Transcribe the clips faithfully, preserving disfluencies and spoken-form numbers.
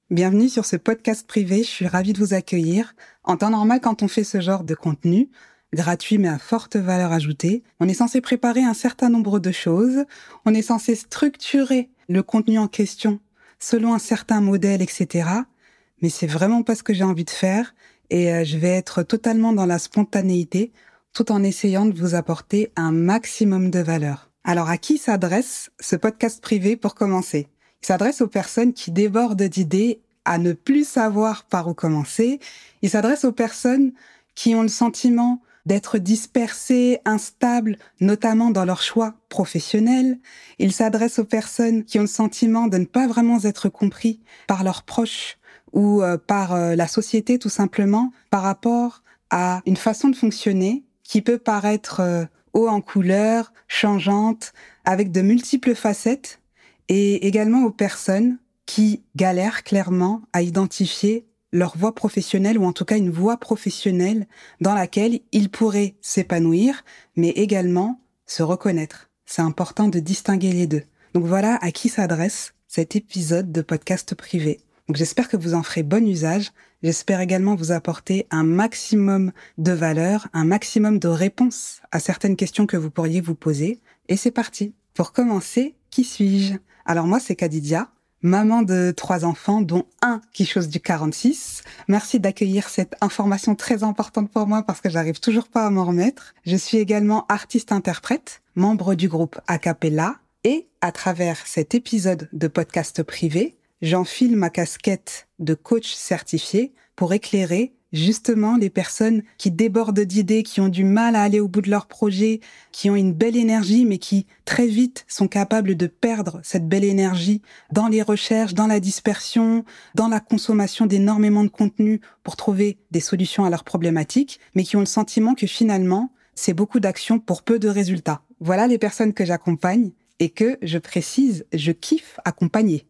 Bienvenue sur ce podcast privé, je suis ravie de vous accueillir. En temps normal, quand on fait ce genre de contenu, gratuit mais à forte valeur ajoutée, on est censé préparer un certain nombre de choses, on est censé structurer le contenu en question selon un certain modèle, et cetera. Mais c'est vraiment pas ce que j'ai envie de faire et euh, je vais être totalement dans la spontanéité tout en essayant de vous apporter un maximum de valeur. Alors à qui s'adresse ce podcast privé pour commencer ? Il s'adresse aux personnes qui débordent d'idées à ne plus savoir par où commencer. Il s'adresse aux personnes qui ont le sentiment d'être dispersées, instables, notamment dans leurs choix professionnels. Il s'adresse aux personnes qui ont le sentiment de ne pas vraiment être compris par leurs proches ou euh, par euh, la société tout simplement, par rapport à une façon de fonctionner qui peut paraître euh, haut en couleur, changeante, avec de multiples facettes, et également aux personnes qui galèrent clairement à identifier leur voie professionnelle, ou en tout cas une voie professionnelle dans laquelle ils pourraient s'épanouir, mais également se reconnaître. C'est important de distinguer les deux. Donc voilà à qui s'adresse cet épisode de podcast privé. Donc j'espère que vous en ferez bon usage. J'espère également vous apporter un maximum de valeur, un maximum de réponses à certaines questions que vous pourriez vous poser. Et c'est parti. Pour commencer, qui suis-je ? Alors moi, c'est Khadidia, maman de trois enfants, dont un qui chose du quarante-six. Merci d'accueillir cette information très importante pour moi parce que j'arrive toujours pas à m'en remettre. Je suis également artiste-interprète, membre du groupe Acapella, et à travers cet épisode de podcast privé, j'enfile ma casquette de coach certifié pour éclairer justement les personnes qui débordent d'idées, qui ont du mal à aller au bout de leur projet, qui ont une belle énergie, mais qui très vite sont capables de perdre cette belle énergie dans les recherches, dans la dispersion, dans la consommation d'énormément de contenu pour trouver des solutions à leurs problématiques, mais qui ont le sentiment que finalement, c'est beaucoup d'actions pour peu de résultats. Voilà les personnes que j'accompagne. Et que, je précise, je kiffe accompagner.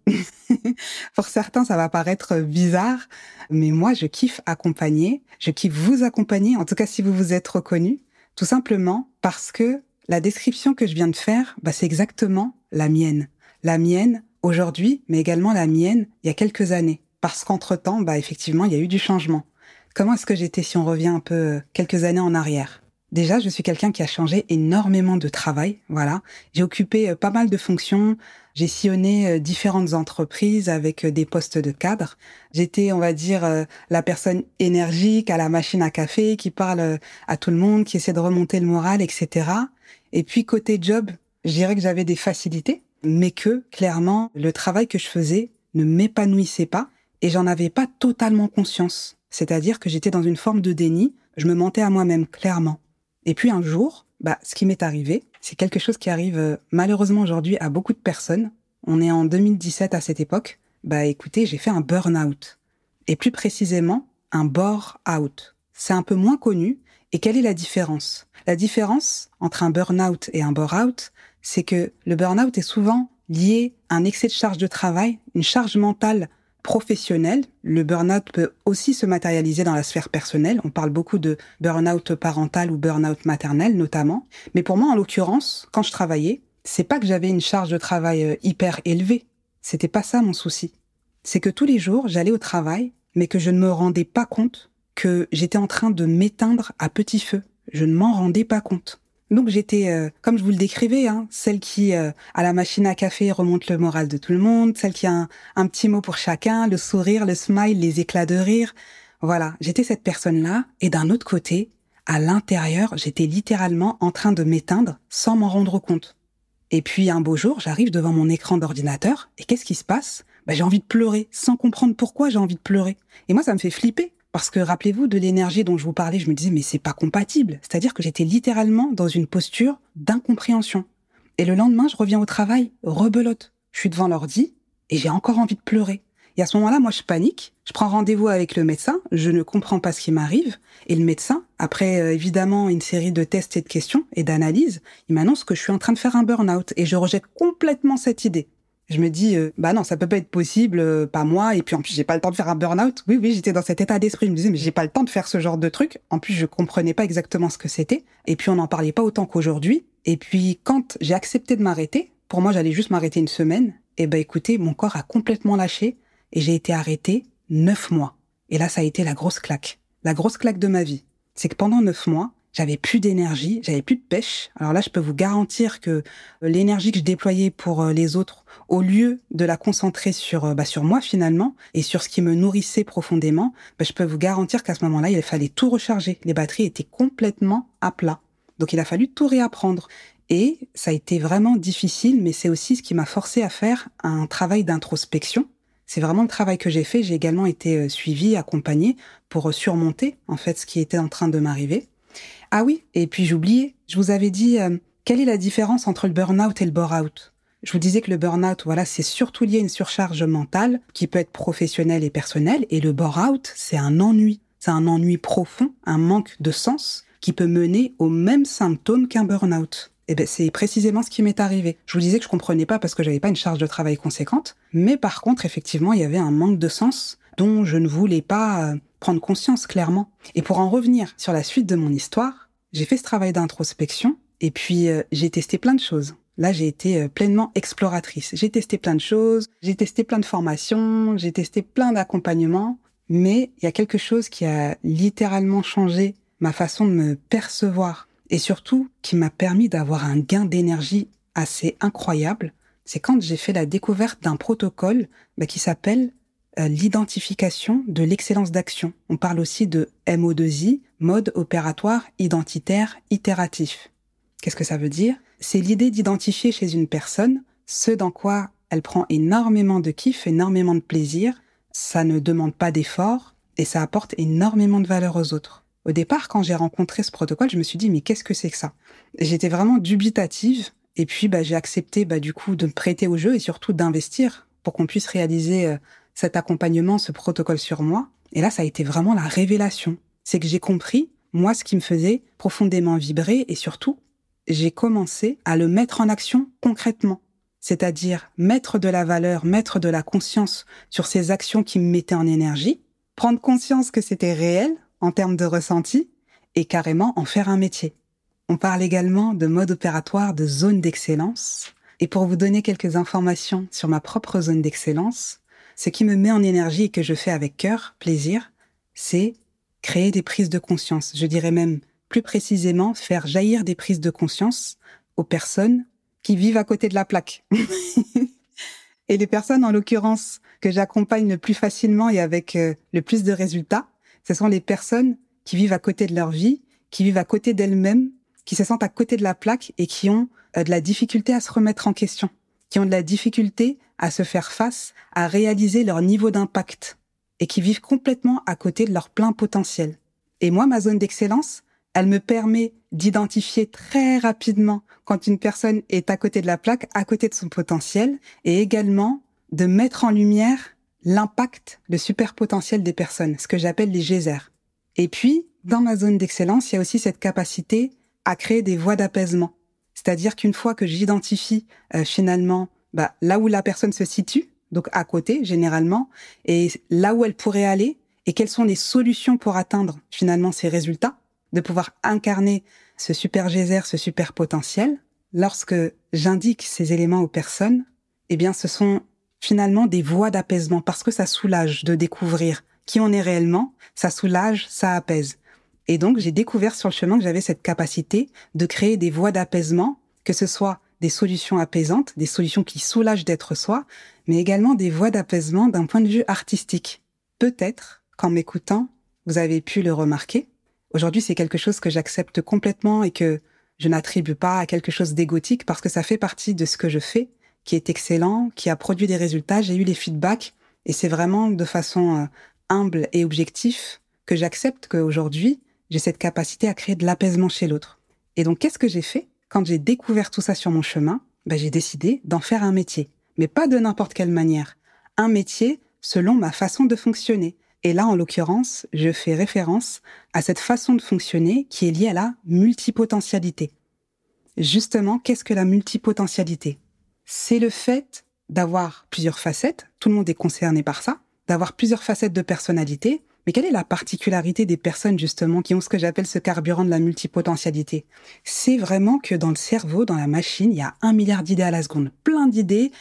Pour certains, ça va paraître bizarre, mais moi, je kiffe accompagner. Je kiffe vous accompagner, en tout cas si vous vous êtes reconnu, tout simplement parce que la description que je viens de faire, bah, c'est exactement la mienne. La mienne aujourd'hui, mais également la mienne il y a quelques années. Parce qu'entre-temps, bah, effectivement, il y a eu du changement. Comment est-ce que j'étais si on revient un peu quelques années en arrière ? Déjà, je suis quelqu'un qui a changé énormément de travail, voilà. J'ai occupé pas mal de fonctions, j'ai sillonné différentes entreprises avec des postes de cadre. J'étais, on va dire, la personne énergique à la machine à café, qui parle à tout le monde, qui essaie de remonter le moral, et cetera. Et puis, côté job, je dirais que j'avais des facilités, mais que, clairement, le travail que je faisais ne m'épanouissait pas et j'en avais pas totalement conscience. C'est-à-dire que j'étais dans une forme de déni, je me mentais à moi-même, clairement. Et puis un jour, bah, ce qui m'est arrivé, c'est quelque chose qui arrive euh, malheureusement aujourd'hui à beaucoup de personnes. On est en deux mille dix-sept à cette époque. Bah écoutez, j'ai fait un burn-out. Et plus précisément, un bore-out. C'est un peu moins connu. Et quelle est la différence ? La différence entre un burn-out et un bore-out, c'est que le burn-out est souvent lié à un excès de charge de travail, une charge mentale professionnel. Le burn-out peut aussi se matérialiser dans la sphère personnelle. On parle beaucoup de burn-out parental ou burn-out maternel notamment. Mais pour moi, en l'occurrence, quand je travaillais, c'est pas que j'avais une charge de travail hyper élevée. C'était pas ça mon souci. C'est que tous les jours, j'allais au travail, mais que je ne me rendais pas compte que j'étais en train de m'éteindre à petit feu. Je ne m'en rendais pas compte. Donc j'étais, euh, comme je vous le décrivais, hein, celle qui, euh, à la machine à café, remonte le moral de tout le monde, celle qui a un, un petit mot pour chacun, le sourire, le smile, les éclats de rire. Voilà, j'étais cette personne-là. Et d'un autre côté, à l'intérieur, j'étais littéralement en train de m'éteindre sans m'en rendre compte. Et puis un beau jour, j'arrive devant mon écran d'ordinateur, et qu'est-ce qui se passe ? Bah, j'ai envie de pleurer, sans comprendre pourquoi j'ai envie de pleurer. Et moi, ça me fait flipper. Parce que rappelez-vous de l'énergie dont je vous parlais, je me disais mais c'est pas compatible. C'est-à-dire que j'étais littéralement dans une posture d'incompréhension. Et le lendemain, je reviens au travail, rebelote. Je suis devant l'ordi et j'ai encore envie de pleurer. Et à ce moment-là, moi je panique, je prends rendez-vous avec le médecin, je ne comprends pas ce qui m'arrive. Et le médecin, après euh, évidemment une série de tests et de questions et d'analyses, il m'annonce que je suis en train de faire un burn-out. Et je rejette complètement cette idée. Je me dis, euh, bah non, ça peut pas être possible, euh, pas moi. Et puis en plus, j'ai pas le temps de faire un burn-out. Oui, oui, j'étais dans cet état d'esprit. Je me disais, mais j'ai pas le temps de faire ce genre de truc. En plus, je comprenais pas exactement ce que c'était. Et puis on n'en parlait pas autant qu'aujourd'hui. Et puis quand j'ai accepté de m'arrêter, pour moi, j'allais juste m'arrêter une semaine. Et ben écoutez, mon corps a complètement lâché. et j'ai été arrêtée neuf mois. Et là, ça a été la grosse claque. La grosse claque de ma vie. C'est que pendant neuf mois, j'avais plus d'énergie, j'avais plus de pêche. Alors là, je peux vous garantir que l'énergie que je déployais pour les autres, au lieu de la concentrer sur bah, sur moi finalement, et sur ce qui me nourrissait profondément, bah, je peux vous garantir qu'à ce moment-là, il fallait tout recharger. Les batteries étaient complètement à plat. Donc il a fallu tout réapprendre. Et ça a été vraiment difficile, mais c'est aussi ce qui m'a forcé à faire un travail d'introspection. C'est vraiment le travail que j'ai fait. J'ai également été suivie, accompagnée pour surmonter en fait ce qui était en train de m'arriver. Ah oui, et puis j'oubliais, je vous avais dit euh, quelle est la différence entre le burn-out et le bore-out. Je vous disais que le burn-out, voilà, c'est surtout lié à une surcharge mentale qui peut être professionnelle et personnelle, et le bore-out, c'est un ennui. C'est un ennui profond, un manque de sens qui peut mener aux mêmes symptômes qu'un burn-out. Et ben c'est précisément ce qui m'est arrivé. Je vous disais que je comprenais pas parce que j'avais pas une charge de travail conséquente, mais par contre, effectivement, il y avait un manque de sens dont je ne voulais pas euh, prendre conscience clairement. Et pour en revenir sur la suite de mon histoire, j'ai fait ce travail d'introspection et puis euh, j'ai testé plein de choses. Là, j'ai été euh, pleinement exploratrice. J'ai testé plein de choses, j'ai testé plein de formations, j'ai testé plein d'accompagnements, mais il y a quelque chose qui a littéralement changé ma façon de me percevoir et surtout qui m'a permis d'avoir un gain d'énergie assez incroyable. C'est quand j'ai fait la découverte d'un protocole bah, qui s'appelle euh, l'identification de l'excellence d'action. On parle aussi de M O deux I, mode opératoire identitaire itératif. Qu'est-ce que ça veut dire ? C'est l'idée d'identifier chez une personne ce dans quoi elle prend énormément de kiff, énormément de plaisir. Ça ne demande pas d'effort et ça apporte énormément de valeur aux autres. Au départ, quand j'ai rencontré ce protocole, je me suis dit, mais qu'est-ce que c'est que ça ? J'étais vraiment dubitative. Et puis, bah, j'ai accepté, bah, du coup, de me prêter au jeu et surtout d'investir pour qu'on puisse réaliser euh, cet accompagnement, ce protocole sur moi. Et là, ça a été vraiment la révélation. C'est que j'ai compris, moi, ce qui me faisait profondément vibrer et surtout, j'ai commencé à le mettre en action concrètement. C'est-à-dire mettre de la valeur, mettre de la conscience sur ces actions qui me mettaient en énergie, prendre conscience que c'était réel, en termes de ressenti, et carrément en faire un métier. On parle également de mode opératoire, de zone d'excellence. Et pour vous donner quelques informations sur ma propre zone d'excellence, ce qui me met en énergie et que je fais avec cœur, plaisir, c'est créer des prises de conscience. Je dirais même plus précisément faire jaillir des prises de conscience aux personnes qui vivent à côté de la plaque. Et les personnes, en l'occurrence, que j'accompagne le plus facilement et avec euh, le plus de résultats, ce sont les personnes qui vivent à côté de leur vie, qui vivent à côté d'elles-mêmes, qui se sentent à côté de la plaque et qui ont euh, de la difficulté à se remettre en question, qui ont de la difficulté à se faire face, à réaliser leur niveau d'impact et qui vivent complètement à côté de leur plein potentiel. Et moi, ma zone d'excellence, elle me permet d'identifier très rapidement quand une personne est à côté de la plaque, à côté de son potentiel, et également de mettre en lumière l'impact, le super potentiel des personnes, ce que j'appelle les geysers. Et puis, dans ma zone d'excellence, il y a aussi cette capacité à créer des voies d'apaisement. C'est-à-dire qu'une fois que j'identifie euh, finalement bah, là où la personne se situe, donc à côté généralement, et là où elle pourrait aller, et quelles sont les solutions pour atteindre finalement ces résultats, de pouvoir incarner ce super geyser, ce super potentiel, lorsque j'indique ces éléments aux personnes, eh bien ce sont finalement des voies d'apaisement, parce que ça soulage de découvrir qui on est réellement, ça soulage, ça apaise. Et donc j'ai découvert sur le chemin que j'avais cette capacité de créer des voies d'apaisement, que ce soit des solutions apaisantes, des solutions qui soulagent d'être soi, mais également des voies d'apaisement d'un point de vue artistique. Peut-être qu'en m'écoutant, vous avez pu le remarquer. Aujourd'hui, c'est quelque chose que j'accepte complètement et que je n'attribue pas à quelque chose d'égotique parce que ça fait partie de ce que je fais, qui est excellent, qui a produit des résultats. J'ai eu les feedbacks et c'est vraiment de façon euh, humble et objective que j'accepte qu'aujourd'hui, j'ai cette capacité à créer de l'apaisement chez l'autre. Et donc, qu'est-ce que j'ai fait ? Quand j'ai découvert tout ça sur mon chemin, ben, j'ai décidé d'en faire un métier. Mais pas de n'importe quelle manière. Un métier selon ma façon de fonctionner. Et là, en l'occurrence, je fais référence à cette façon de fonctionner qui est liée à la multipotentialité. Justement, qu'est-ce que la multipotentialité ? C'est le fait d'avoir plusieurs facettes, tout le monde est concerné par ça, d'avoir plusieurs facettes de personnalité, mais quelle est la particularité des personnes justement qui ont ce que j'appelle ce carburant de la multipotentialité ? C'est vraiment que dans le cerveau, dans la machine, il y a un milliard d'idées à la seconde, plein d'idées,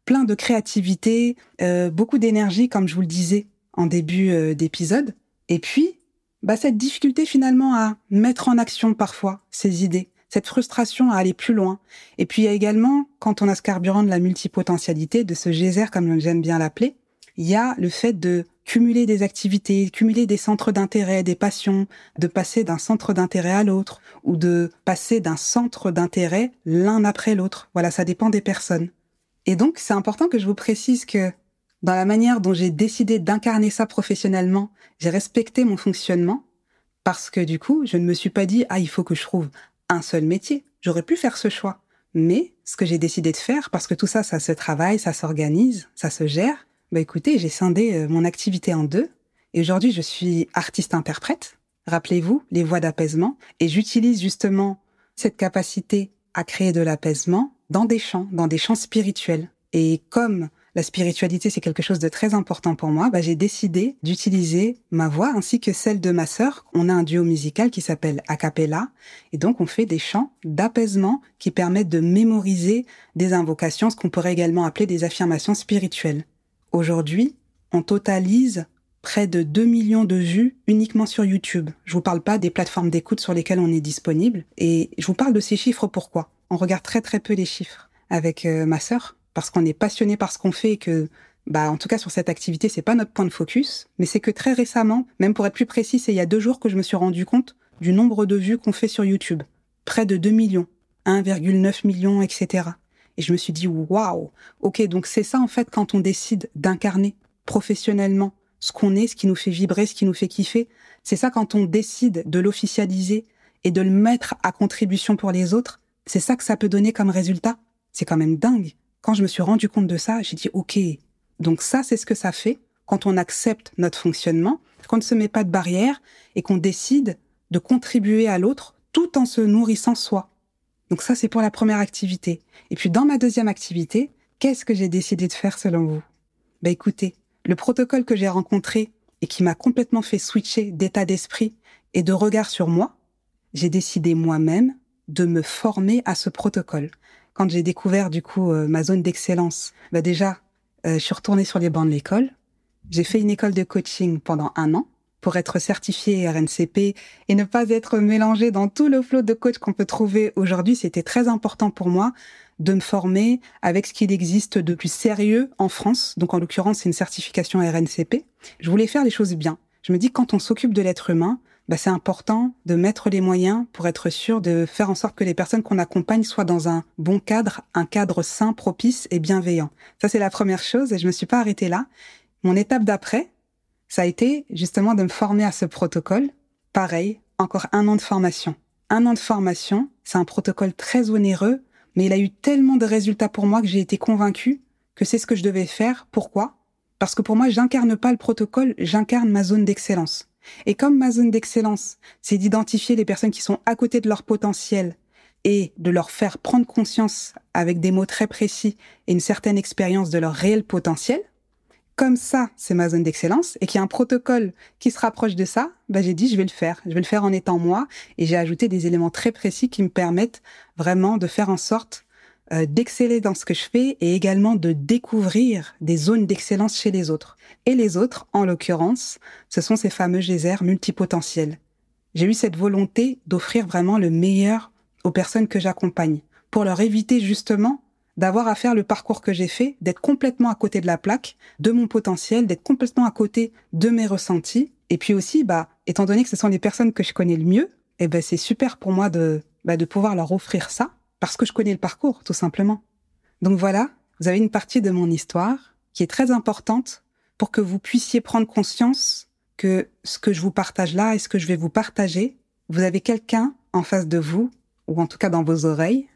plein de créativité, euh, beaucoup d'énergie, comme je vous le disais en début euh, d'épisode. Et puis, bah, cette difficulté finalement à mettre en action parfois ces idées, cette frustration à aller plus loin. Et puis il y a également, quand on a ce carburant de la multipotentialité, de ce geyser comme j'aime bien l'appeler, il y a le fait de cumuler des activités, cumuler des centres d'intérêt, des passions, de passer d'un centre d'intérêt à l'autre, ou de passer d'un centre d'intérêt l'un après l'autre. Voilà, ça dépend des personnes. Et donc, c'est important que je vous précise que dans la manière dont j'ai décidé d'incarner ça professionnellement, j'ai respecté mon fonctionnement, parce que du coup, je ne me suis pas dit « Ah, il faut que je trouve un seul métier ». J'aurais pu faire ce choix. Mais ce que j'ai décidé de faire, parce que tout ça, ça se travaille, ça s'organise, ça se gère, bah écoutez, j'ai scindé mon activité en deux. Et aujourd'hui, je suis artiste-interprète. Rappelez-vous, les voix d'apaisement. Et j'utilise justement cette capacité à créer de l'apaisement dans des chants, dans des chants spirituels. Et comme la spiritualité, c'est quelque chose de très important pour moi, bah j'ai décidé d'utiliser ma voix ainsi que celle de ma sœur. On a un duo musical qui s'appelle A Cappella. Et donc, on fait des chants d'apaisement qui permettent de mémoriser des invocations, ce qu'on pourrait également appeler des affirmations spirituelles. Aujourd'hui, on totalise près de deux millions de vues uniquement sur YouTube. Je vous parle pas des plateformes d'écoute sur lesquelles on est disponible. Et je vous parle de ces chiffres pourquoi ? On regarde très très peu les chiffres avec euh, ma sœur, parce qu'on est passionné par ce qu'on fait et que, bah, en tout cas sur cette activité, c'est pas notre point de focus. Mais c'est que très récemment, même pour être plus précis, c'est il y a deux jours que je me suis rendu compte du nombre de vues qu'on fait sur YouTube. Près de deux millions, un virgule neuf million, et cetera. Et je me suis dit, waouh, ok, donc c'est ça en fait quand on décide d'incarner professionnellement ce qu'on est, ce qui nous fait vibrer, ce qui nous fait kiffer. C'est ça quand on décide de l'officialiser et de le mettre à contribution pour les autres. C'est ça que ça peut donner comme résultat. C'est quand même dingue. Quand je me suis rendu compte de ça, j'ai dit, ok, donc ça c'est ce que ça fait quand on accepte notre fonctionnement, qu'on ne se met pas de barrière et qu'on décide de contribuer à l'autre tout en se nourrissant soi. Donc ça, c'est pour la première activité. Et puis dans ma deuxième activité, qu'est-ce que j'ai décidé de faire selon vous ? Ben écoutez, le protocole que j'ai rencontré et qui m'a complètement fait switcher d'état d'esprit et de regard sur moi, j'ai décidé moi-même de me former à ce protocole. Quand j'ai découvert du coup euh, ma zone d'excellence, ben déjà, euh, je suis retournée sur les bancs de l'école. J'ai fait une école de coaching pendant un an pour être certifiée R N C P et ne pas être mélangée dans tout le flot de coach qu'on peut trouver aujourd'hui. C'était très important pour moi de me former avec ce qu'il existe de plus sérieux en France. Donc, en l'occurrence, c'est une certification R N C P. Je voulais faire les choses bien. Je me dis que quand on s'occupe de l'être humain, bah, c'est important de mettre les moyens pour être sûr de faire en sorte que les personnes qu'on accompagne soient dans un bon cadre, un cadre sain, propice et bienveillant. Ça, c'est la première chose et je me suis pas arrêtée là. Mon étape d'après, ça a été justement de me former à ce protocole. Pareil, encore un an de formation. Un an de formation, c'est un protocole très onéreux, mais il a eu tellement de résultats pour moi que j'ai été convaincue que c'est ce que je devais faire. Pourquoi ? Parce que pour moi, j'incarne pas le protocole, j'incarne ma zone d'excellence. Et comme ma zone d'excellence, c'est d'identifier les personnes qui sont à côté de leur potentiel et de leur faire prendre conscience avec des mots très précis et une certaine expérience de leur réel potentiel, comme ça, c'est ma zone d'excellence, et qu'il y a un protocole qui se rapproche de ça, bah j'ai dit je vais le faire. Je vais le faire en étant moi, et j'ai ajouté des éléments très précis qui me permettent vraiment de faire en sorte euh, d'exceller dans ce que je fais, et également de découvrir des zones d'excellence chez les autres. Et les autres, en l'occurrence, ce sont ces fameux geysers multipotentiels. J'ai eu cette volonté d'offrir vraiment le meilleur aux personnes que j'accompagne, pour leur éviter justement d'avoir à faire le parcours que j'ai fait, d'être complètement à côté de la plaque, de mon potentiel, d'être complètement à côté de mes ressentis. Et puis aussi, bah, étant donné que ce sont les personnes que je connais le mieux, eh ben, c'est super pour moi de, bah, de pouvoir leur offrir ça, parce que je connais le parcours, tout simplement. Donc voilà, vous avez une partie de mon histoire qui est très importante pour que vous puissiez prendre conscience que ce que je vous partage là et ce que je vais vous partager, vous avez quelqu'un en face de vous, ou en tout cas dans vos oreilles,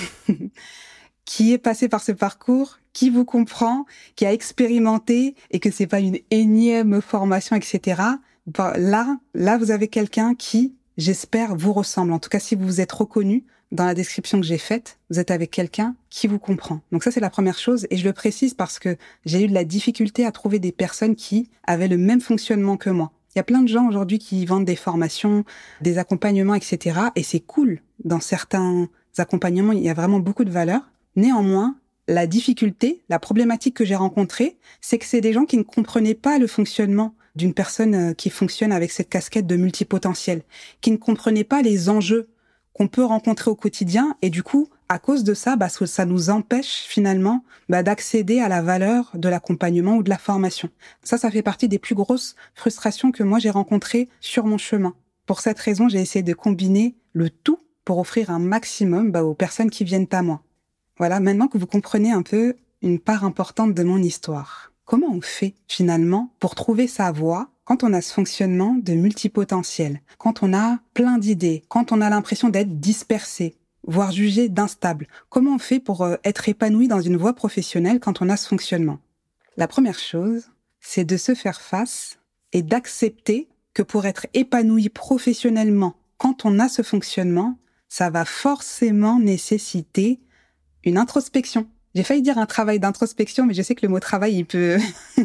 qui est passé par ce parcours, qui vous comprend, qui a expérimenté et que c'est pas une énième formation, et cetera. Là, là, vous avez quelqu'un qui, j'espère, vous ressemble. En tout cas, si vous vous êtes reconnu dans la description que j'ai faite, vous êtes avec quelqu'un qui vous comprend. Donc ça, c'est la première chose. Et je le précise parce que j'ai eu de la difficulté à trouver des personnes qui avaient le même fonctionnement que moi. Il y a plein de gens aujourd'hui qui vendent des formations, des accompagnements, et cetera. Et c'est cool. Dans certains accompagnements, il y a vraiment beaucoup de valeur. Néanmoins, La difficulté, la problématique que j'ai rencontrée, c'est que c'est des gens qui ne comprenaient pas le fonctionnement d'une personne qui fonctionne avec cette casquette de multipotentiel, qui ne comprenaient pas les enjeux qu'on peut rencontrer au quotidien, et du coup, à cause de ça, bah, ça nous empêche finalement bah, d'accéder à la valeur de l'accompagnement ou de la formation. Ça, ça fait partie des plus grosses frustrations que moi j'ai rencontrées sur mon chemin. Pour cette raison, j'ai essayé de combiner le tout pour offrir un maximum bah, aux personnes qui viennent à moi. Voilà, maintenant que vous comprenez un peu une part importante de mon histoire. Comment on fait finalement pour trouver sa voie quand on a ce fonctionnement de multipotentiel, quand on a plein d'idées, quand on a l'impression d'être dispersé, voire jugé d'instable? Comment on fait pour euh, être épanoui dans une voie professionnelle quand on a ce fonctionnement? La première chose, c'est de se faire face et d'accepter que pour être épanoui professionnellement quand on a ce fonctionnement, ça va forcément nécessiter une introspection. J'ai failli dire un travail d'introspection, mais je sais que le mot travail, il peut,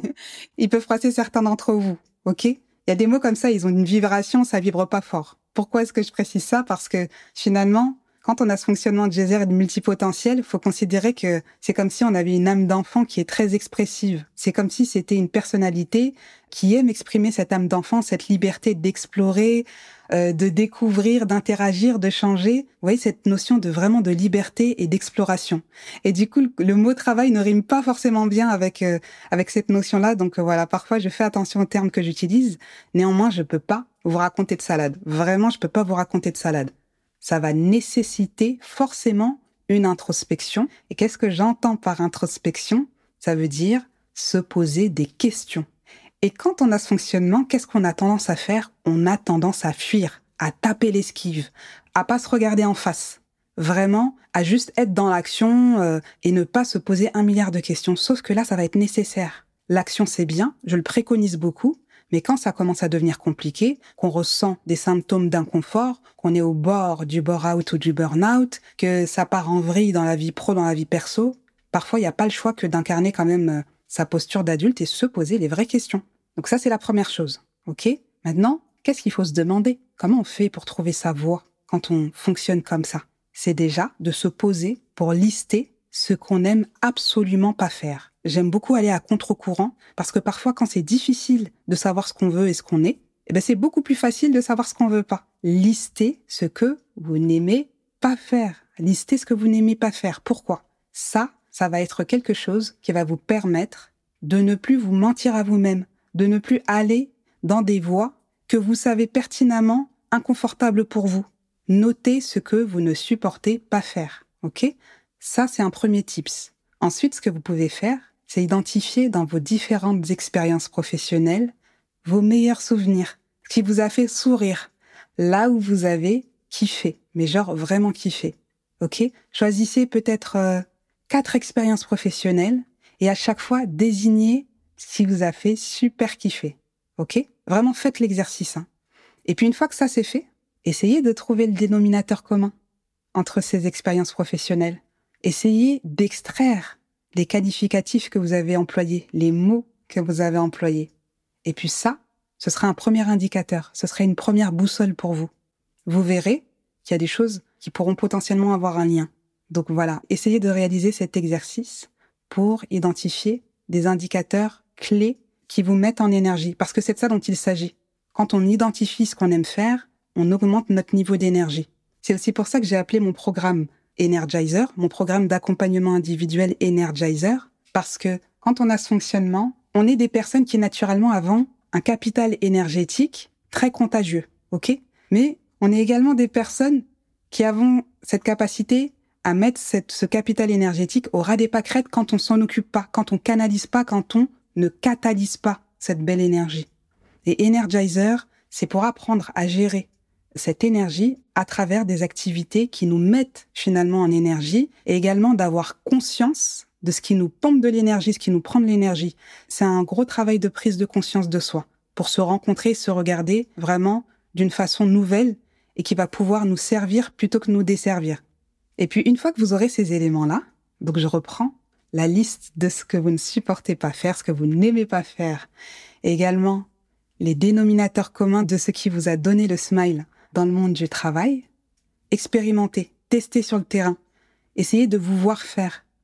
il peut froisser certains d'entre vous, ok? Il y a des mots comme ça, ils ont une vibration, ça vibre pas fort. Pourquoi est-ce que je précise ça? Parce que finalement, quand on a ce fonctionnement de geyser et de multipotentiel, il faut considérer que c'est comme si on avait une âme d'enfant qui est très expressive. C'est comme si c'était une personnalité qui aime exprimer cette âme d'enfant, cette liberté d'explorer, euh, de découvrir, d'interagir, de changer. Vous voyez, cette notion de vraiment de liberté et d'exploration. Et du coup, le mot travail ne rime pas forcément bien avec euh, avec cette notion-là. Donc euh, voilà, parfois je fais attention aux termes que j'utilise. Néanmoins, je peux pas vous raconter de salade. Vraiment, je peux pas vous raconter de salade. Ça va nécessiter forcément une introspection. Et qu'est-ce que j'entends par introspection? Ça veut dire se poser des questions. Et quand on a ce fonctionnement, qu'est-ce qu'on a tendance à faire? On a tendance à fuir, à taper l'esquive, à pas se regarder en face. Vraiment, à juste être dans l'action euh, et ne pas se poser un milliard de questions. Sauf que là, ça va être nécessaire. L'action, c'est bien, je le préconise beaucoup. Mais quand ça commence à devenir compliqué, qu'on ressent des symptômes d'inconfort, qu'on est au bord du bore-out ou du burn-out, que ça part en vrille dans la vie pro, dans la vie perso, parfois il n'y a pas le choix que d'incarner quand même euh, sa posture d'adulte et se poser les vraies questions. Donc ça, c'est la première chose. Ok ? Maintenant, qu'est-ce qu'il faut se demander? Comment on fait pour trouver sa voie quand on fonctionne comme ça? C'est déjà de se poser pour lister ce qu'on n'aime absolument pas faire. J'aime beaucoup aller à contre-courant parce que parfois, quand c'est difficile de savoir ce qu'on veut et ce qu'on est, eh ben c'est beaucoup plus facile de savoir ce qu'on veut pas. Listez ce que vous n'aimez pas faire. Listez ce que vous n'aimez pas faire. Pourquoi? Ça, ça va être quelque chose qui va vous permettre de ne plus vous mentir à vous-même, de ne plus aller dans des voies que vous savez pertinemment inconfortables pour vous. Notez ce que vous ne supportez pas faire. Ok? Ça, c'est un premier tips. Ensuite, ce que vous pouvez faire, c'est identifier dans vos différentes expériences professionnelles vos meilleurs souvenirs, ce qui vous a fait sourire, là où vous avez kiffé, mais genre vraiment kiffé. Ok ? Choisissez peut-être euh, quatre expériences professionnelles et à chaque fois, désignez ce qui vous a fait super kiffer. Ok ? Vraiment, faites l'exercice. Hein. Et puis, une fois que ça c'est fait, essayez de trouver le dénominateur commun entre ces expériences professionnelles. Essayez d'extraire les qualificatifs que vous avez employés, les mots que vous avez employés. Et puis ça, ce sera un premier indicateur, ce serait une première boussole pour vous. Vous verrez qu'il y a des choses qui pourront potentiellement avoir un lien. Donc voilà, essayez de réaliser cet exercice pour identifier des indicateurs clés qui vous mettent en énergie, parce que c'est de ça dont il s'agit. Quand on identifie ce qu'on aime faire, on augmente notre niveau d'énergie. C'est aussi pour ça que j'ai appelé mon programme Energizer, mon programme d'accompagnement individuel Energizer, parce que quand on a ce fonctionnement, on est des personnes qui naturellement avons un capital énergétique très contagieux, ok ? Mais on est également des personnes qui avons cette capacité à mettre cette, ce capital énergétique au ras des pâquerettes quand on s'en occupe pas, quand on canalise pas, quand on ne catalyse pas cette belle énergie. Et Energizer, c'est pour apprendre à gérer cette énergie à travers des activités qui nous mettent finalement en énergie et également d'avoir conscience de ce qui nous pompe de l'énergie, ce qui nous prend de l'énergie. C'est un gros travail de prise de conscience de soi pour se rencontrer, se regarder vraiment d'une façon nouvelle et qui va pouvoir nous servir plutôt que nous desservir. Et puis une fois que vous aurez ces éléments-là, donc je reprends la liste de ce que vous ne supportez pas faire, ce que vous n'aimez pas faire, et également les dénominateurs communs de ce qui vous a donné le smile dans le monde du travail, expérimentez, testez sur le terrain, essayez de vous voir faire.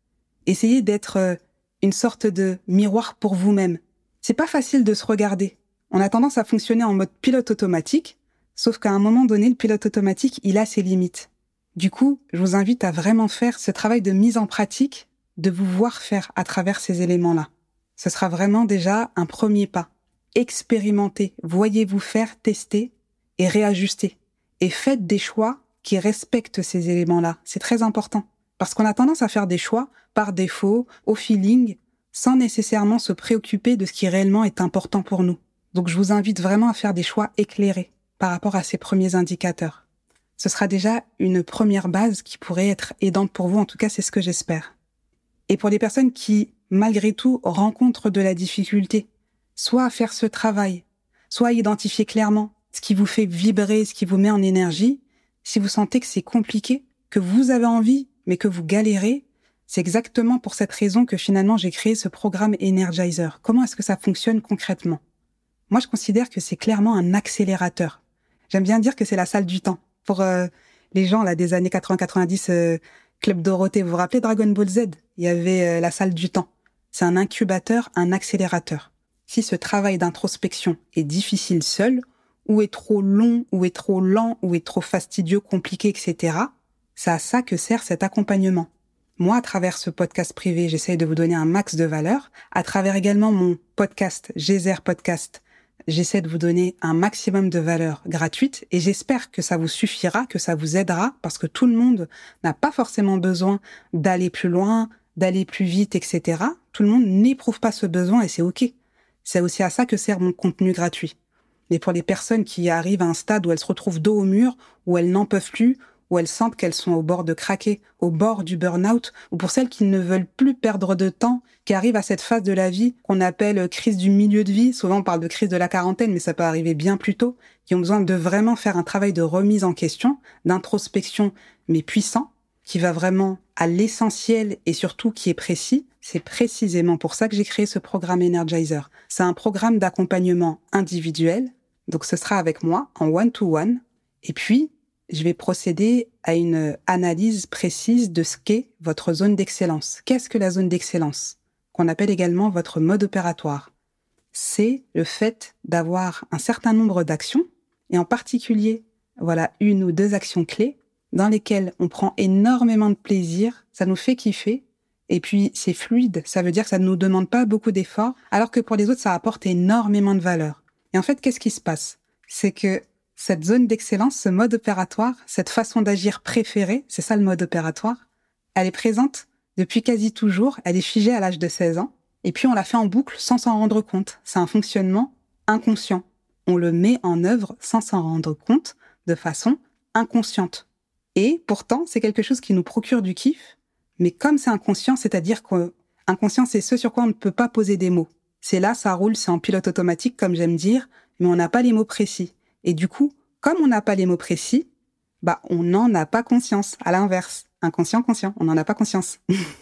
Essayez d'être euh, une sorte de miroir pour vous-même. C'est pas facile de se regarder. On a tendance à fonctionner en mode pilote automatique, sauf qu'à un moment donné, le pilote automatique, il a ses limites. Du coup, je vous invite à vraiment faire ce travail de mise en pratique, de vous voir faire à travers ces éléments-là. Ce sera vraiment déjà un premier pas. Expérimentez, voyez-vous faire, testez et réajustez. Et faites des choix qui respectent ces éléments-là. C'est très important. Parce qu'on a tendance à faire des choix par défaut, au feeling, sans nécessairement se préoccuper de ce qui réellement est important pour nous. Donc je vous invite vraiment à faire des choix éclairés par rapport à ces premiers indicateurs. Ce sera déjà une première base qui pourrait être aidante pour vous, en tout cas c'est ce que j'espère. Et pour les personnes qui, malgré tout, rencontrent de la difficulté, soit à faire ce travail, soit à identifier clairement ce qui vous fait vibrer, ce qui vous met en énergie, si vous sentez que c'est compliqué, que vous avez envie, mais que vous galérez, c'est exactement pour cette raison que finalement j'ai créé ce programme Energizer. Comment est-ce que ça fonctionne concrètement ? Moi, je considère que c'est clairement un accélérateur. J'aime bien dire que c'est la salle du temps. Pour euh, les gens là des années quatre-vingts quatre-vingt-dix, euh, Club Dorothée, vous vous rappelez Dragon Ball Z ? Il y avait euh, la salle du temps. C'est un incubateur, un accélérateur. Si ce travail d'introspection est difficile seul, ou est trop long, ou est trop lent, ou est trop fastidieux, compliqué, et cetera, c'est à ça que sert cet accompagnement. Moi, à travers ce podcast privé, j'essaye de vous donner un max de valeur. À travers également mon podcast, Geyser Podcast, j'essaie de vous donner un maximum de valeur gratuite et j'espère que ça vous suffira, que ça vous aidera, parce que tout le monde n'a pas forcément besoin d'aller plus loin, d'aller plus vite, et cetera. Tout le monde n'éprouve pas ce besoin et c'est OK. C'est aussi à ça que sert mon contenu gratuit. Mais pour les personnes qui arrivent à un stade où elles se retrouvent dos au mur, où elles n'en peuvent plus, où elles sentent qu'elles sont au bord de craquer, au bord du burn-out, ou pour celles qui ne veulent plus perdre de temps, qui arrivent à cette phase de la vie qu'on appelle crise du milieu de vie, souvent on parle de crise de la quarantaine, mais ça peut arriver bien plus tôt, qui ont besoin de vraiment faire un travail de remise en question, d'introspection, mais puissant, qui va vraiment à l'essentiel et surtout qui est précis. C'est précisément pour ça que j'ai créé ce programme Energizer. C'est un programme d'accompagnement individuel, donc ce sera avec moi en one-to-one, et puis je vais procéder à une analyse précise de ce qu'est votre zone d'excellence. Qu'est-ce que la zone d'excellence ? Qu'on appelle également votre mode opératoire. C'est le fait d'avoir un certain nombre d'actions, et en particulier, voilà, une ou deux actions clés, dans lesquelles on prend énormément de plaisir, ça nous fait kiffer, et puis c'est fluide, ça veut dire que ça ne nous demande pas beaucoup d'efforts, alors que pour les autres, ça apporte énormément de valeur. Et en fait, qu'est-ce qui se passe ? C'est que cette zone d'excellence, ce mode opératoire, cette façon d'agir préférée, c'est ça le mode opératoire, elle est présente depuis quasi toujours, elle est figée à l'âge de seize ans, et puis on la fait en boucle sans s'en rendre compte. C'est un fonctionnement inconscient. On le met en œuvre sans s'en rendre compte, de façon inconsciente. Et pourtant, c'est quelque chose qui nous procure du kiff, mais comme c'est inconscient, c'est-à-dire qu'inconscient, c'est ce sur quoi on ne peut pas poser des mots. C'est là, ça roule, c'est en pilote automatique, comme j'aime dire, mais on n'a pas les mots précis. Et du coup, comme on n'a pas les mots précis, bah on n'en a pas conscience. À l'inverse, inconscient, conscient, on n'en a pas conscience.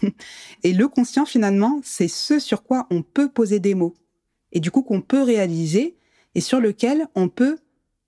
Et le conscient, finalement, c'est ce sur quoi on peut poser des mots. Et du coup, qu'on peut réaliser et sur lequel on peut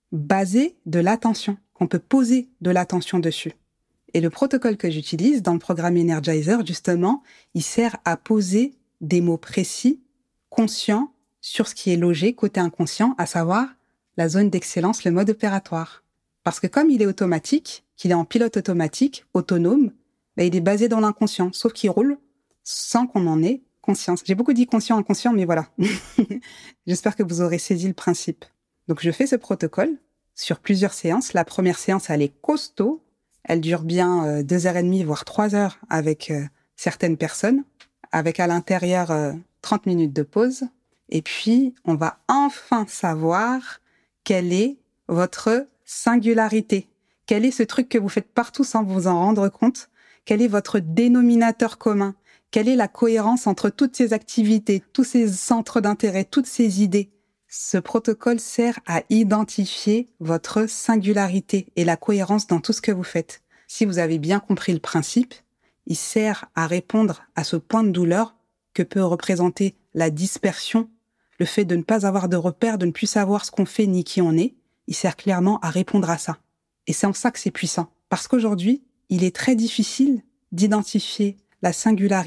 baser de l'attention, qu'on peut poser de l'attention dessus. Et le protocole que j'utilise dans le programme Energizer, justement, il sert à poser des mots précis, conscients, sur ce qui est logé côté inconscient, à savoir la zone d'excellence, le mode opératoire. Parce que comme il est automatique, qu'il est en pilote automatique, autonome, ben il est basé dans l'inconscient, sauf qu'il roule sans qu'on en ait conscience. J'ai beaucoup dit conscient, inconscient, mais voilà. J'espère que vous aurez saisi le principe. Donc je fais ce protocole sur plusieurs séances. La première séance, elle est costaud. Elle dure bien euh, deux heures et demie, voire trois heures avec euh, certaines personnes, avec à l'intérieur euh, trente minutes de pause. Et puis, on va enfin savoir quelle est votre singularité. Quel est ce truc que vous faites partout sans vous en rendre compte ? Quel est votre dénominateur commun ? Quelle est la cohérence entre toutes ces activités, tous ces centres d'intérêt, toutes ces idées ? Ce protocole sert à identifier votre singularité et la cohérence dans tout ce que vous faites. Si vous avez bien compris le principe, il sert à répondre à ce point de douleur que peut représenter la dispersion, le fait de ne pas avoir de repères, de ne plus savoir ce qu'on fait ni qui on est. Il sert clairement à répondre à ça. Et c'est en ça que c'est puissant. Parce qu'aujourd'hui, il est très difficile d'identifier la singularité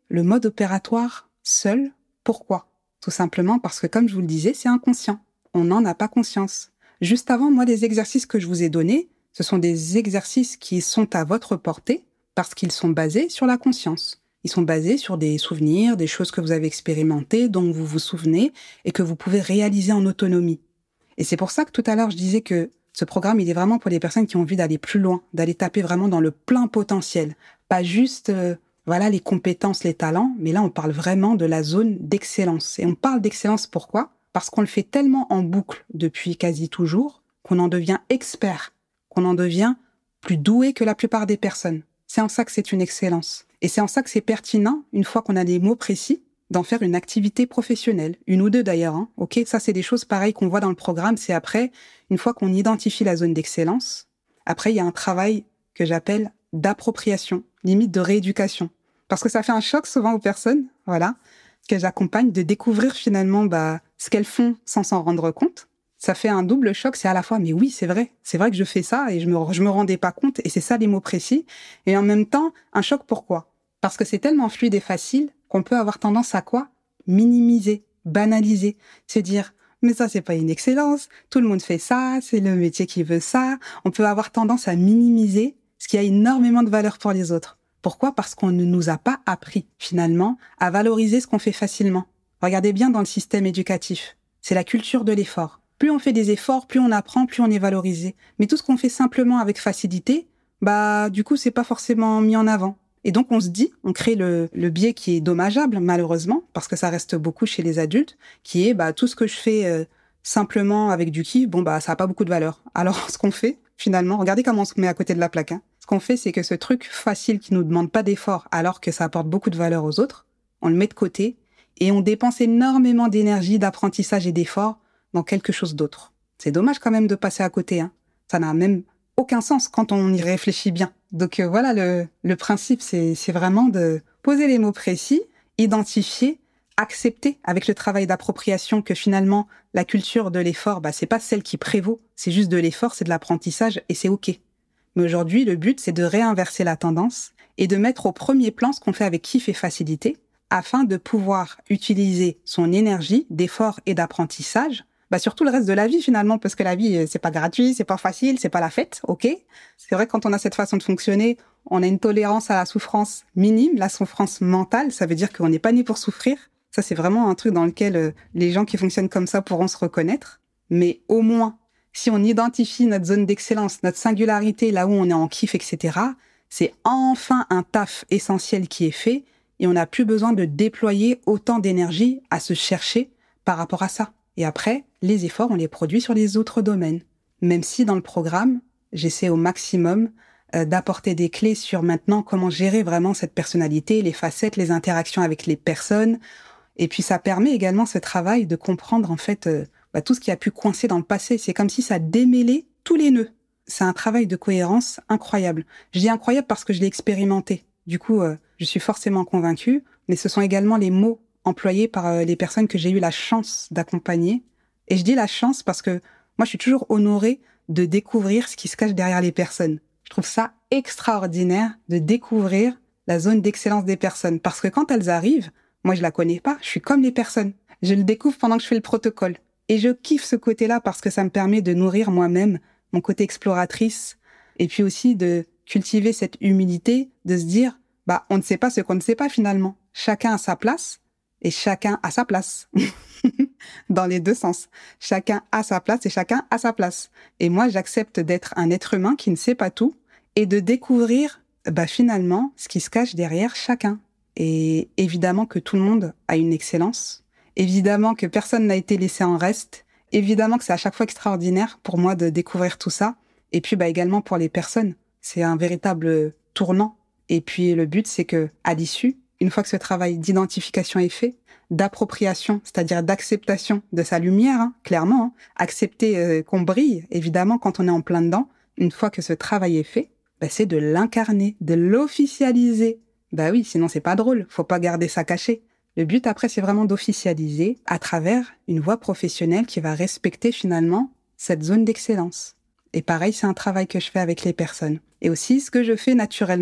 le mode opératoire seul. Pourquoi ? Tout simplement parce que, comme je vous le disais, c'est inconscient. On n'en a pas conscience. Juste avant, moi, les exercices que je vous ai donnés, ce sont des exercices qui sont à votre portée parce qu'ils sont basés sur la conscience. Ils sont basés sur des souvenirs, des choses que vous avez expérimentées, dont vous vous souvenez et que vous pouvez réaliser en autonomie. Et c'est pour ça que tout à l'heure, je disais que ce programme, il est vraiment pour les personnes qui ont envie d'aller plus loin, d'aller taper vraiment dans le plein potentiel. Pas juste, euh, voilà, les compétences, les talents, mais là, on parle vraiment de la zone d'excellence. Et on parle d'excellence pourquoi ? Parce qu'on le fait tellement en boucle depuis quasi toujours qu'on en devient expert, qu'on en devient plus doué que la plupart des personnes. C'est en ça que c'est une excellence. Et c'est en ça que c'est pertinent, une fois qu'on a des mots précis, d'en faire une activité professionnelle, une ou deux d'ailleurs. Hein. Ok, ça c'est des choses pareilles qu'on voit dans le programme. C'est après, une fois qu'on identifie la zone d'excellence, après il y a un travail que j'appelle d'appropriation, limite de rééducation, parce que ça fait un choc souvent aux personnes, voilà, que j'accompagne, de découvrir finalement bah ce qu'elles font sans s'en rendre compte. Ça fait un double choc. C'est à la fois, mais oui, c'est vrai, c'est vrai que je fais ça et je me je me rendais pas compte. Et c'est ça les mots précis. Et en même temps, un choc pourquoi ? Parce que c'est tellement fluide et facile qu'on peut avoir tendance à quoi ? Minimiser, banaliser, se dire mais ça c'est pas une excellence, tout le monde fait ça, c'est le métier qui veut ça. On peut avoir tendance à minimiser ce qui a énormément de valeur pour les autres. Pourquoi ? Parce qu'on ne nous a pas appris finalement à valoriser ce qu'on fait facilement. Regardez bien dans le système éducatif, c'est la culture de l'effort. Plus on fait des efforts, plus on apprend, plus on est valorisé. Mais tout ce qu'on fait simplement avec facilité, bah du coup c'est pas forcément mis en avant. Et donc, on se dit, on crée le, le biais qui est dommageable, malheureusement, parce que ça reste beaucoup chez les adultes, qui est, bah, tout ce que je fais euh, simplement avec du kiff, bon, bah, ça a pas beaucoup de valeur. Alors, ce qu'on fait, finalement, regardez comment on se met à côté de la plaque, hein. Ce qu'on fait, c'est que ce truc facile qui nous demande pas d'effort, alors que ça apporte beaucoup de valeur aux autres, on le met de côté et on dépense énormément d'énergie, d'apprentissage et d'effort dans quelque chose d'autre. C'est dommage quand même de passer à côté, hein. Ça n'a même aucun sens quand on y réfléchit bien. Donc euh, voilà, le, le principe, c'est, c'est vraiment de poser les mots précis, identifier, accepter avec le travail d'appropriation que finalement, la culture de l'effort, bah, c'est pas celle qui prévaut, c'est juste de l'effort, c'est de l'apprentissage et c'est OK. Mais aujourd'hui, le but, c'est de réinverser la tendance et de mettre au premier plan ce qu'on fait avec kiff et facilité afin de pouvoir utiliser son énergie d'effort et d'apprentissage bah surtout le reste de la vie finalement, parce que la vie c'est pas gratuit, c'est pas facile, c'est pas la fête, ok. C'est vrai que quand on a cette façon de fonctionner, on a une tolérance à la souffrance minime, la souffrance mentale, ça veut dire qu'on n'est pas né pour souffrir. Ça c'est vraiment un truc dans lequel euh, les gens qui fonctionnent comme ça pourront se reconnaître. Mais au moins, si on identifie notre zone d'excellence, notre singularité, là où on est en kiff, et cetera, c'est enfin un taf essentiel qui est fait et on n'a plus besoin de déployer autant d'énergie à se chercher par rapport à ça. Et après, les efforts, on les produit sur les autres domaines. Même si dans le programme, j'essaie au maximum euh, d'apporter des clés sur maintenant comment gérer vraiment cette personnalité, les facettes, les interactions avec les personnes. Et puis ça permet également ce travail de comprendre en fait euh, bah, tout ce qui a pu coincer dans le passé. C'est comme si ça démêlait tous les nœuds. C'est un travail de cohérence incroyable. Je dis incroyable parce que je l'ai expérimenté. Du coup, euh, je suis forcément convaincue, mais ce sont également les mots employés par euh, les personnes que j'ai eu la chance d'accompagner. Et je dis la chance parce que moi, je suis toujours honorée de découvrir ce qui se cache derrière les personnes. Je trouve ça extraordinaire de découvrir la zone d'excellence des personnes. Parce que quand elles arrivent, moi, je la connais pas, je suis comme les personnes. Je le découvre pendant que je fais le protocole. Et je kiffe ce côté-là parce que ça me permet de nourrir moi-même mon côté exploratrice et puis aussi de cultiver cette humilité, de se dire, bah, on ne sait pas ce qu'on ne sait pas finalement. Chacun a sa place. Et chacun a sa place. Dans les deux sens. Chacun a sa place et chacun a sa place. Et moi, j'accepte d'être un être humain qui ne sait pas tout et de découvrir, bah, finalement, ce qui se cache derrière chacun. Et évidemment que tout le monde a une excellence. Évidemment que personne n'a été laissé en reste. Évidemment que c'est à chaque fois extraordinaire pour moi de découvrir tout ça. Et puis, bah, également pour les personnes. C'est un véritable tournant. Et puis, le but, c'est que, à l'issue, une fois que ce travail d'identification est fait, d'appropriation, c'est-à-dire d'acceptation de sa lumière, hein, clairement, hein, accepter euh, qu'on brille, évidemment, quand on est en plein dedans, une fois que ce travail est fait, bah, c'est de l'incarner, de l'officialiser. Bah oui, sinon c'est pas drôle, faut pas garder ça caché. Le but après, c'est vraiment d'officialiser à travers une voie professionnelle qui va respecter finalement cette zone d'excellence. Et pareil, c'est un travail que je fais avec les personnes. Et aussi, ce que je fais naturellement,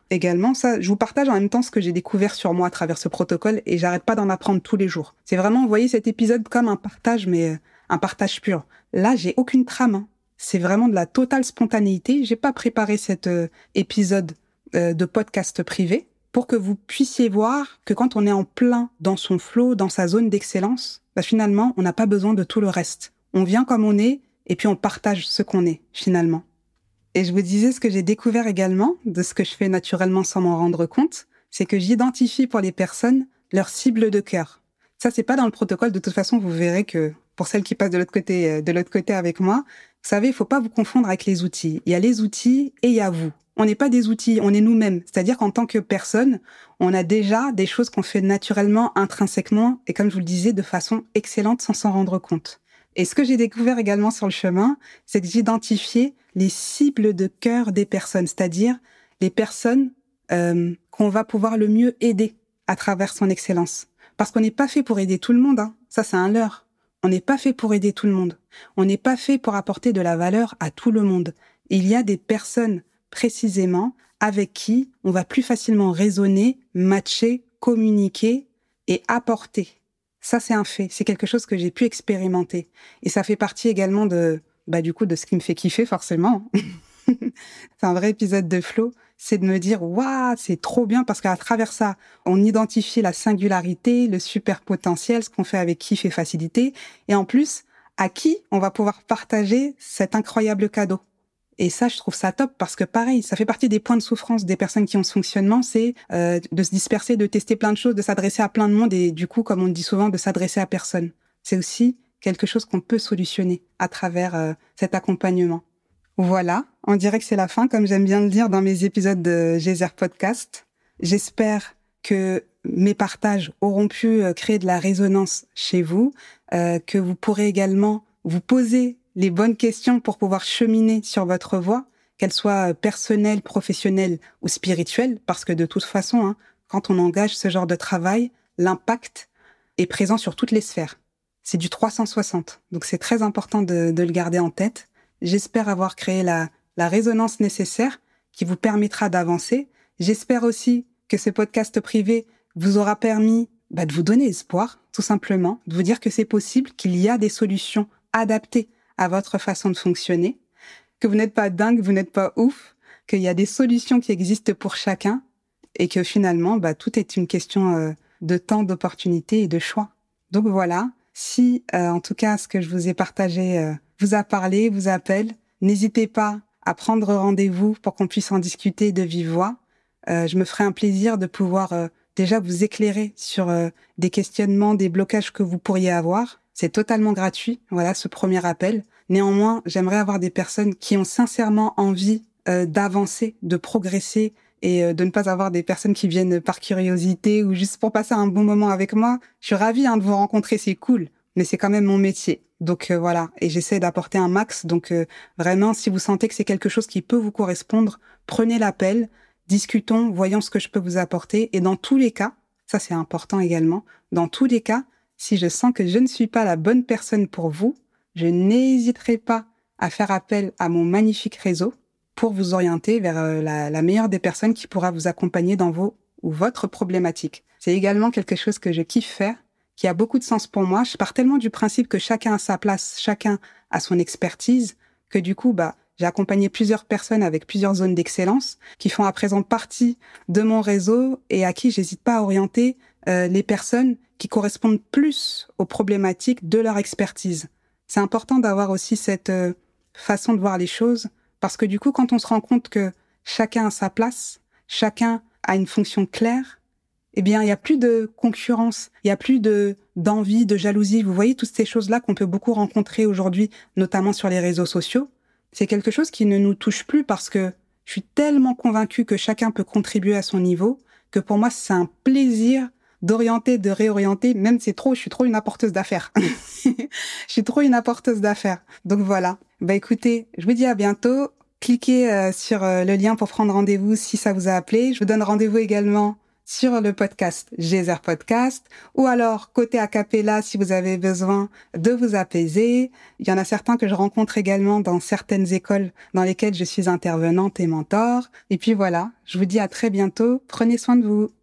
également. Ça, je vous partage en même temps ce que j'ai découvert sur moi à travers ce protocole et j'arrête pas d'en apprendre tous les jours. C'est vraiment, vous voyez cet épisode comme un partage, mais un partage pur. Là, j'ai aucune trame. Hein. C'est vraiment de la totale spontanéité. J'ai pas préparé cet euh, épisode euh, de podcast privé pour que vous puissiez voir que quand on est en plein dans son flow, dans sa zone d'excellence, bah finalement, on n'a pas besoin de tout le reste. On vient comme on est et puis on partage ce qu'on est, finalement. Et je vous disais ce que j'ai découvert également, de ce que je fais naturellement sans m'en rendre compte, c'est que j'identifie pour les personnes leur cible de cœur. Ça, c'est pas dans le protocole. De toute façon, vous verrez que pour celles qui passent de l'autre côté, de l'autre côté avec moi, vous savez, il faut pas vous confondre avec les outils. Il y a les outils et il y a vous. On n'est pas des outils, on est nous-mêmes. C'est-à-dire qu'en tant que personne, on a déjà des choses qu'on fait naturellement, intrinsèquement, et comme je vous le disais, de façon excellente sans s'en rendre compte. Et ce que j'ai découvert également sur le chemin, c'est que j'identifiais les cibles de cœur des personnes, c'est-à-dire les personnes euh, qu'on va pouvoir le mieux aider à travers son excellence. Parce qu'on n'est pas fait pour aider tout le monde, hein. Ça c'est un leurre. On n'est pas fait pour aider tout le monde. On n'est pas fait pour apporter de la valeur à tout le monde. Il y a des personnes précisément avec qui on va plus facilement raisonner, matcher, communiquer et apporter. Ça, c'est un fait. C'est quelque chose que j'ai pu expérimenter. Et ça fait partie également de, bah, du coup, de ce qui me fait kiffer, forcément. C'est un vrai épisode de flow. C'est de me dire, waouh, c'est trop bien parce qu'à travers ça, on identifie la singularité, le super potentiel, ce qu'on fait avec kiff et facilité. Et en plus, à qui on va pouvoir partager cet incroyable cadeau. Et ça, je trouve ça top parce que pareil, ça fait partie des points de souffrance des personnes qui ont ce fonctionnement, c'est euh, de se disperser, de tester plein de choses, de s'adresser à plein de monde et du coup, comme on le dit souvent, de s'adresser à personne. C'est aussi quelque chose qu'on peut solutionner à travers euh, cet accompagnement. Voilà, on dirait que c'est la fin, comme j'aime bien le dire dans mes épisodes de Geyser Podcast. J'espère que mes partages auront pu créer de la résonance chez vous, euh, que vous pourrez également vous poser les bonnes questions pour pouvoir cheminer sur votre voie, qu'elle soit personnelle, professionnelle ou spirituelle, parce que de toute façon, hein, quand on engage ce genre de travail, l'impact est présent sur toutes les sphères. C'est du trois cent soixante, donc c'est très important de, de le garder en tête. J'espère avoir créé la, la résonance nécessaire qui vous permettra d'avancer. J'espère aussi que ce podcast privé vous aura permis bah, de vous donner espoir, tout simplement, de vous dire que c'est possible, qu'il y a des solutions adaptées à votre façon de fonctionner, que vous n'êtes pas dingue, vous n'êtes pas ouf, qu'il y a des solutions qui existent pour chacun et que finalement, bah, tout est une question euh, de temps, d'opportunité et de choix. Donc voilà, si euh, en tout cas ce que je vous ai partagé euh, vous a parlé, vous appelle, n'hésitez pas à prendre rendez-vous pour qu'on puisse en discuter de vive voix. Euh, je me ferai un plaisir de pouvoir euh, déjà vous éclairer sur euh, des questionnements, des blocages que vous pourriez avoir. C'est totalement gratuit, voilà, ce premier appel. Néanmoins, j'aimerais avoir des personnes qui ont sincèrement envie euh, d'avancer, de progresser et euh, de ne pas avoir des personnes qui viennent par curiosité ou juste pour passer un bon moment avec moi. Je suis ravie hein, de vous rencontrer, c'est cool, mais c'est quand même mon métier. Donc euh, voilà, et j'essaie d'apporter un max. Donc euh, vraiment, si vous sentez que c'est quelque chose qui peut vous correspondre, prenez l'appel, discutons, voyons ce que je peux vous apporter. Et dans tous les cas, ça c'est important également, dans tous les cas, si je sens que je ne suis pas la bonne personne pour vous, je n'hésiterai pas à faire appel à mon magnifique réseau pour vous orienter vers la, la meilleure des personnes qui pourra vous accompagner dans vos ou votre problématique. C'est également quelque chose que je kiffe faire, qui a beaucoup de sens pour moi. Je pars tellement du principe que chacun a sa place, chacun a son expertise, que du coup, bah, j'ai accompagné plusieurs personnes avec plusieurs zones d'excellence qui font à présent partie de mon réseau et à qui j'hésite pas à orienter euh, les personnes qui correspondent plus aux problématiques de leur expertise. C'est important d'avoir aussi cette euh, façon de voir les choses parce que du coup, quand on se rend compte que chacun a sa place, chacun a une fonction claire, eh bien, il n'y a plus de concurrence, il n'y a plus de d'envie, de jalousie. Vous voyez toutes ces choses-là qu'on peut beaucoup rencontrer aujourd'hui, notamment sur les réseaux sociaux. C'est quelque chose qui ne nous touche plus parce que je suis tellement convaincue que chacun peut contribuer à son niveau que pour moi, c'est un plaisir d'orienter, de réorienter, même c'est trop, je suis trop une apporteuse d'affaires. Je suis trop une apporteuse d'affaires. Donc voilà. Bah écoutez, je vous dis à bientôt. Cliquez euh, sur euh, le lien pour prendre rendez-vous si ça vous a appelé. Je vous donne rendez-vous également sur le podcast Geyser Podcast, ou alors côté a cappella si vous avez besoin de vous apaiser. Il y en a certains que je rencontre également dans certaines écoles dans lesquelles je suis intervenante et mentor. Et puis voilà, je vous dis à très bientôt. Prenez soin de vous.